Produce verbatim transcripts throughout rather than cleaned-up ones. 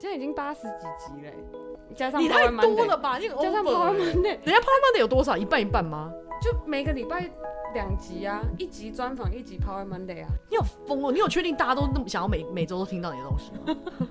现在已经八十几集嘞，加上你太多了吧？ 加上 Power Monday， 人家 Power Monday 有多少？一半一半吗？ 就每个礼拜两集啊，一集专访，一集 Power Monday 啊。 你有疯哦！你有确定大家都那么想要每每周都听到你的东西吗？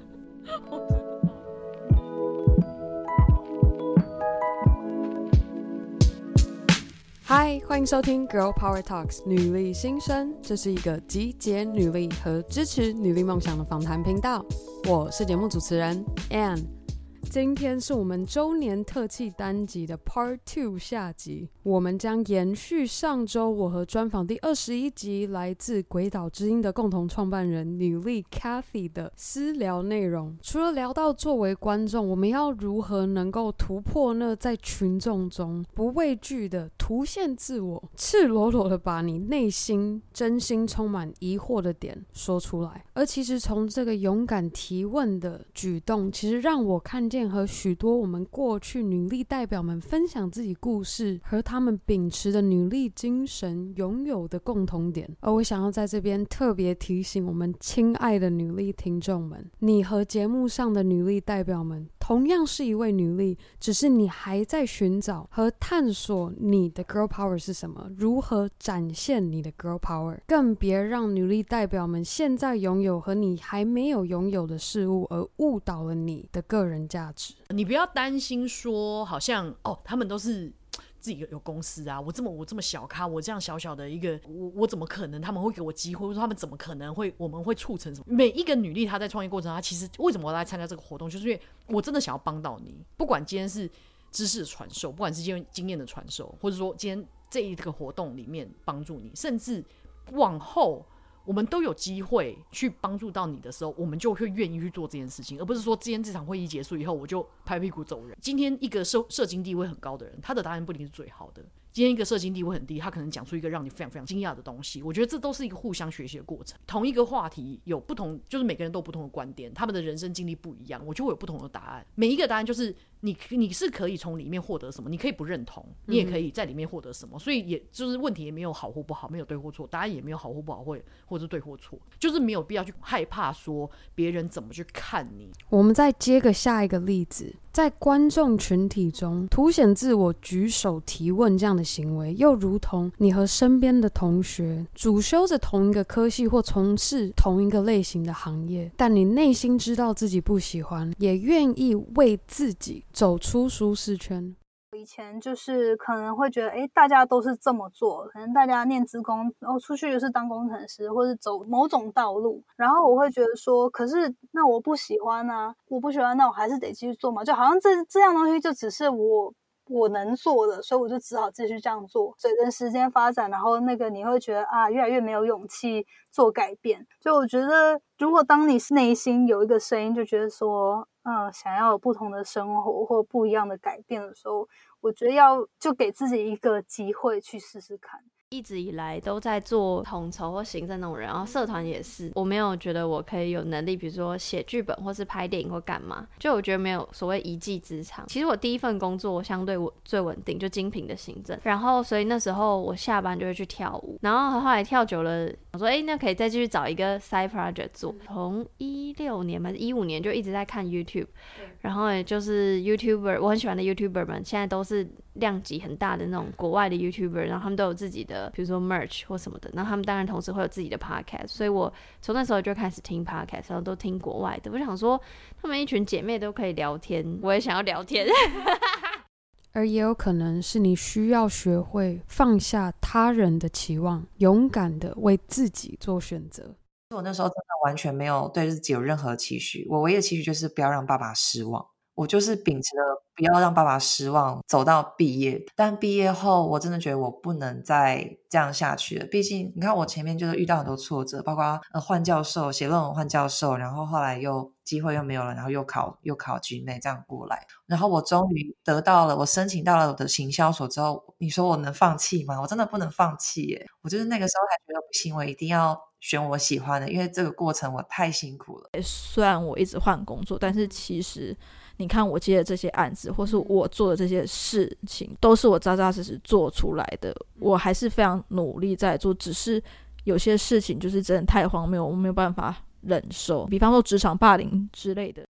嗨，欢迎收聽 Girl Power Talks 女力新生，这是一个集结女力和支持女力梦想的访谈频道。我是节目主持人 Anne。今天是我们周年特辑单集的 Part 二 下集，我们将延续上周我和专访第二十一集来自鬼岛之音的共同创办人女力 Cathy 的私聊内容。除了聊到作为观众我们要如何能够突破那在群众中不畏惧的凸显自我，赤裸裸的把你内心真心充满疑惑的点说出来，而其实从这个勇敢提问的举动，其实让我看见和许多我们过去女力代表们分享自己故事和他们秉持的女力精神拥有的共同点。而我想要在这边特别提醒我们亲爱的女力听众们，你和节目上的女力代表们同样是一位女力，只是你还在寻找和探索你的 girl power 是什么，如何展现你的 girl power， 更别让女力代表们现在拥有和你还没有拥有的事物而误导了你的个人价值。 你不要担心说好像哦，他们都是自己有公司啊，我这么我这么小咖，我这样小小的一个，我我怎么可能他们会给我机会，或者他们怎么可能会我们会促成什么？每一个女力她在创业过程中，她其实为什么我来参加这个活动，就是因为我真的想要帮到你，不管今天是知识的传授，不管是今天经验的传授，或者说今天这一个活动里面帮助你，甚至往后我们都有机会去帮助到你的时候，我们就会愿意去做这件事情，而不是说今天这场会议结束以后我就拍屁股走人。今天一个社社经地位很高的人，他的答案不一定是最好的，今天一个社经地位很低，他可能讲出一个让你非常非常惊讶的东西。我觉得这都是一个互相学习的过程。同一个话题有不同，就是每个人都有不同的观点，他们的人生经历不一样，我就会有不同的答案。每一个答案就是你你是可以从里面获得什么，你可以不认同，你也可以在里面获得什么。所以也就是问题也没有好或不好，没有对或错，答案也没有好或不好，或或者对或错，就是没有必要去害怕说别人怎么去看你。 我们再接个下一个例子，在观众群体中凸显自我举手提问这样的行为，又如同你和身边的同学主修着同一个科系或从事同一个类型的行业，但你内心知道自己不喜欢，也愿意为自己走出舒适圈。 以前就是可能会觉得诶大家都是这么做，可能大家念资工然后出去就是当工程师或是走某种道路，然后我会觉得说可是那我不喜欢啊，我不喜欢那我还是得继续做嘛，就好像这这样东西就只是我我能做的，所以我就只好继续这样做。随着时间发展，然后那个你会觉得啊，越来越没有勇气做改变。就我觉得如果当你内心有一个声音就觉得说嗯，想要有不同的生活或不一样的改变的时候，我觉得要就给自己一个机会去试试看。 一直以来都在做统筹或行政那种人，然后社团也是，我没有觉得我可以有能力比如说写剧本或是拍电影或干嘛，就我觉得没有所谓一技之长。其实我第一份工作相对最稳定，就精品的行政，然后所以那时候我下班就会去跳舞，然后后来跳久了我说哎，那可以再继续找一个 side project 做。从一六年还是一五年就一直在看 YouTube， 然后也就是 YouTuber 我很喜欢的 YouTuber 们现在都是量级很大的那种国外的 YouTuber， 然后他们都有自己的比如说 merch 或什么的，然后他们当然同时会有自己的 podcast， 所以我从那时候就开始听 podcast， 然后都听国外的。我想说他们一群姐妹都可以聊天，我也想要聊天而也有可能是你需要学会放下他人的期望，勇敢的为自己做选择。 我那时候真的完全没有对自己有任何期许，我唯一的期许就是不要让爸爸失望，我就是秉持了不要让爸爸失望走到毕业。但毕业后我真的觉得我不能再这样下去了，毕竟你看我前面就是遇到很多挫折，包括呃换教授，写论文换教授，然后后来又机会又没有了，然后又考又考 G M A 这样过来，然后我终于得到了，我申请到了我的行销所之后，你说我能放弃吗？我真的不能放弃耶。我就是那个时候还觉得不行，我一定要选我喜欢的，因为这个过程我太辛苦了。 虽然我一直换工作，但是其实你看我接的这些案子或是我做的这些事情都是我扎扎实实做出来的，我还是非常努力在做，只是有些事情就是真的太荒谬，我没有办法忍受，比方说职场霸凌之类的。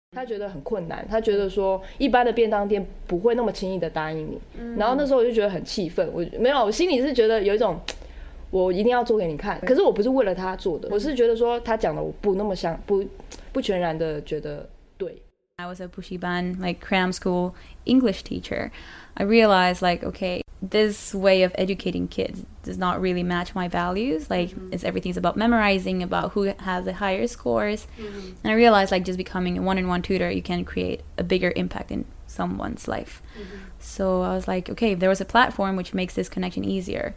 他觉得很困难，他觉得说一般的便当店不会那么轻易的答应你、嗯、然后那时候我就觉得很气愤，我没有，我心里是觉得有一种我一定要做给你看，可是我不是为了他做的，我是觉得说他讲的我不那么想不不全然的觉得对。 I was a Bushiban, like cram school English teacher. I realized like, okay, this way of educating kids does not really match my values. Like mm-hmm. it's everything's about memorizing, about who has the higher scores. Mm-hmm. And I realized like just becoming a one-on-one tutor, you can create a bigger impact in someone's life. Mm-hmm. So I was like, okay, if there was a platform which makes this connection easier,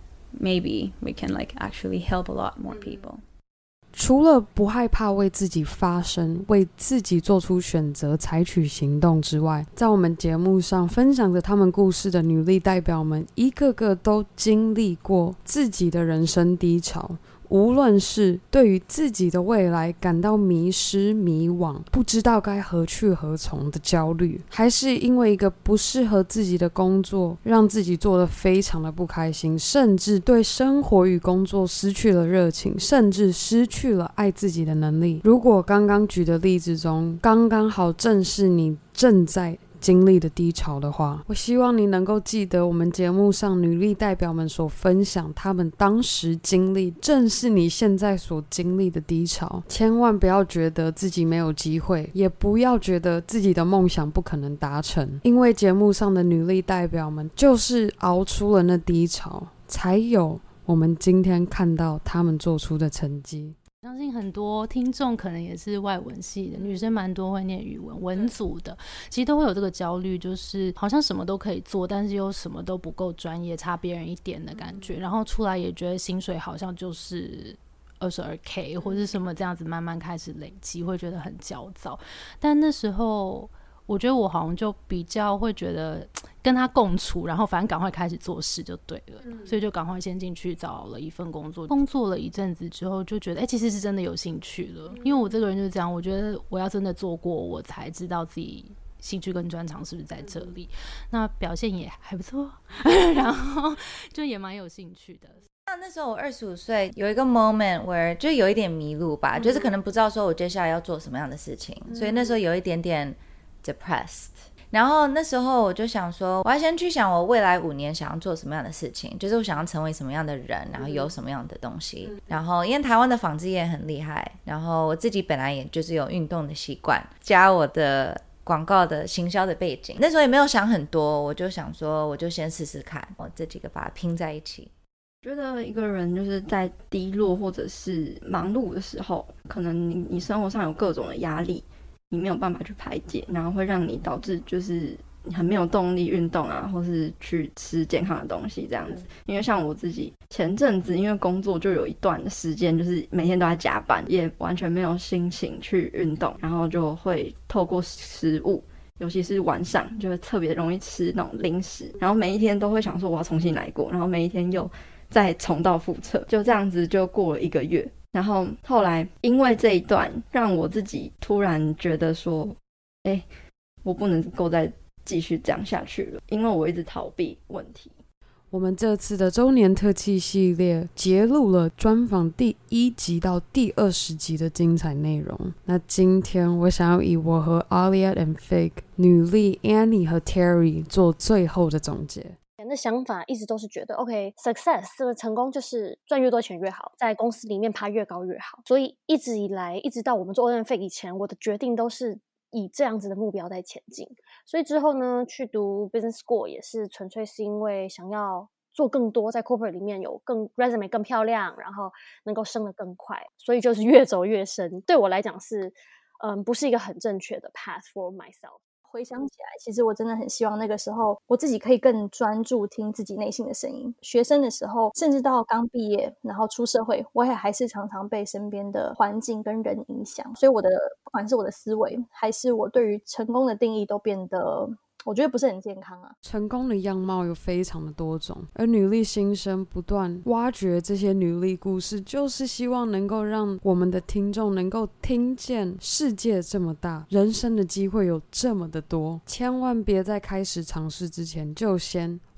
maybe we can like actually help a lot more people. 除了不害怕为自己发声，为自己做出选择，采取行动之外，在我们节目上分享着他们故事的女力代表们，一个个都经历过自己的人生低潮，无论是对于自己的未来感到迷失迷惘，不知道该何去何从的焦虑，还是因为一个不适合自己的工作让自己做得非常的不开心，甚至对生活与工作失去了热情，甚至失去了爱自己的能力。如果刚刚举的例子中刚刚好正是你正在经历的低潮的话，我希望你能够记得我们节目上女力代表们所分享他们当时经历正是你现在所经历的低潮，千万不要觉得自己没有机会，也不要觉得自己的梦想不可能达成，因为节目上的女力代表们就是熬出了那低潮，才有我们今天看到他们做出的成绩。 相信很多听众可能也是外文系的，女生蛮多会念语文文组的，其实都会有这个焦虑，就是好像什么都可以做，但是又什么都不够专业，差别人一点的感觉，然后出来也觉得薪水好像就是二十二 K 或是什么这样子，慢慢开始累积，会觉得很焦躁。但那时候我觉得我好像就比较会觉得跟他共处，然后反正赶快开始做事就对了、嗯、所以就赶快先进去找了一份工作，工作了一阵子之后就觉得哎、欸，其实是真的有兴趣了、嗯、因为我这个人就是这样，我觉得我要真的做过我才知道自己兴趣跟专长是不是在这里、嗯、那表现也还不错然后就也蛮有兴趣的。 那时候我二十五岁有一个 moment where 就有一点迷路吧、嗯、就是可能不知道说我接下来要做什么样的事情、嗯、所以那时候有一点点depressed， 然后那时候我就想说我要先去想我未来五年想要做什么样的事情，就是我想要成为什么样的人，然后有什么样的东西、嗯、然后因为台湾的纺织业很厉害，然后我自己本来也就是有运动的习惯，加我的广告的行销的背景，那时候也没有想很多，我就想说我就先试试看，我这几个把它拼在一起。 觉得一个人就是在低落或者是忙碌的时候，可能你你生活上有各种的压力，你没有办法去排解，然后会让你导致就是你很没有动力运动啊，或是去吃健康的东西这样子。因为像我自己前阵子因为工作就有一段时间就是每天都在加班，也完全没有心情去运动，然后就会透过食物，尤其是晚上就会特别容易吃那种零食，然后每一天都会想说我要重新来过，然后每一天又再重蹈覆辙，就这样子就过了一个月。然后后来因为这一段让我自己突然觉得说哎，我不能够再继续这样下去了，因为我一直逃避问题。 我们这次的周年特辑系列揭露了专访第一集到第二十集的精彩内容，那今天我想要以我和 Alia and Fig 女力 Annie 和 Terry 做最后的总结。 的想法一直都是觉得 OK success 这个成功就是赚越多钱越好，在公司里面爬越高越好，所以一直以来一直到我们做 O M F A C 以前，我的决定都是以这样子的目标在前进。所以之后呢去读 Business School 也是纯粹是因为想要做更多，在 corporate 里面有更 resume 更漂亮，然后能够升得更快，所以就是越走越深。对我来讲是嗯，不是一个很正确的 path for myself。 回想起来，其实我真的很希望那个时候我自己可以更专注听自己内心的声音。学生的时候，甚至到刚毕业然后出社会，我也还是常常被身边的环境跟人影响，所以我的不管是我的思维还是我对于成功的定义都变得我觉得不是很健康啊。 成功的样貌有非常的多种，而女力新生不断挖掘这些女力故事，就是希望能够让我们的听众能够听见世界这么大，人生的机会有这么的多，千万别在开始尝试之前就先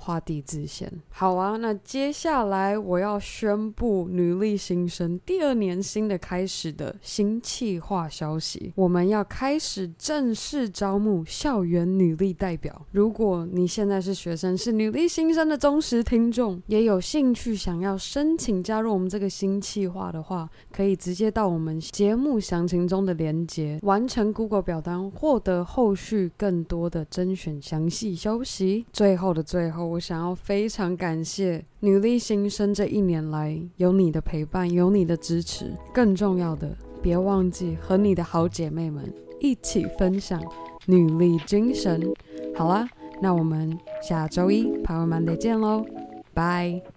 画地自限。好啊，那接下来我要宣布女力新生第二年新的开始的新企划消息，我们要开始正式招募校园女力代表。如果你现在是学生，是女力新生的忠实听众，也有兴趣想要申请加入我们这个新企划的话，可以直接到我们节目详情中的连结完成 Google 表单，获得后续更多的甄选详细消息。最后的最后，我想要非常感谢女力新生这一年来有你的陪伴，有你的支持，更重要的，别忘记和你的好姐妹们一起分享女力精神。好啦，那我们下周一 Power Monday 见咯，拜。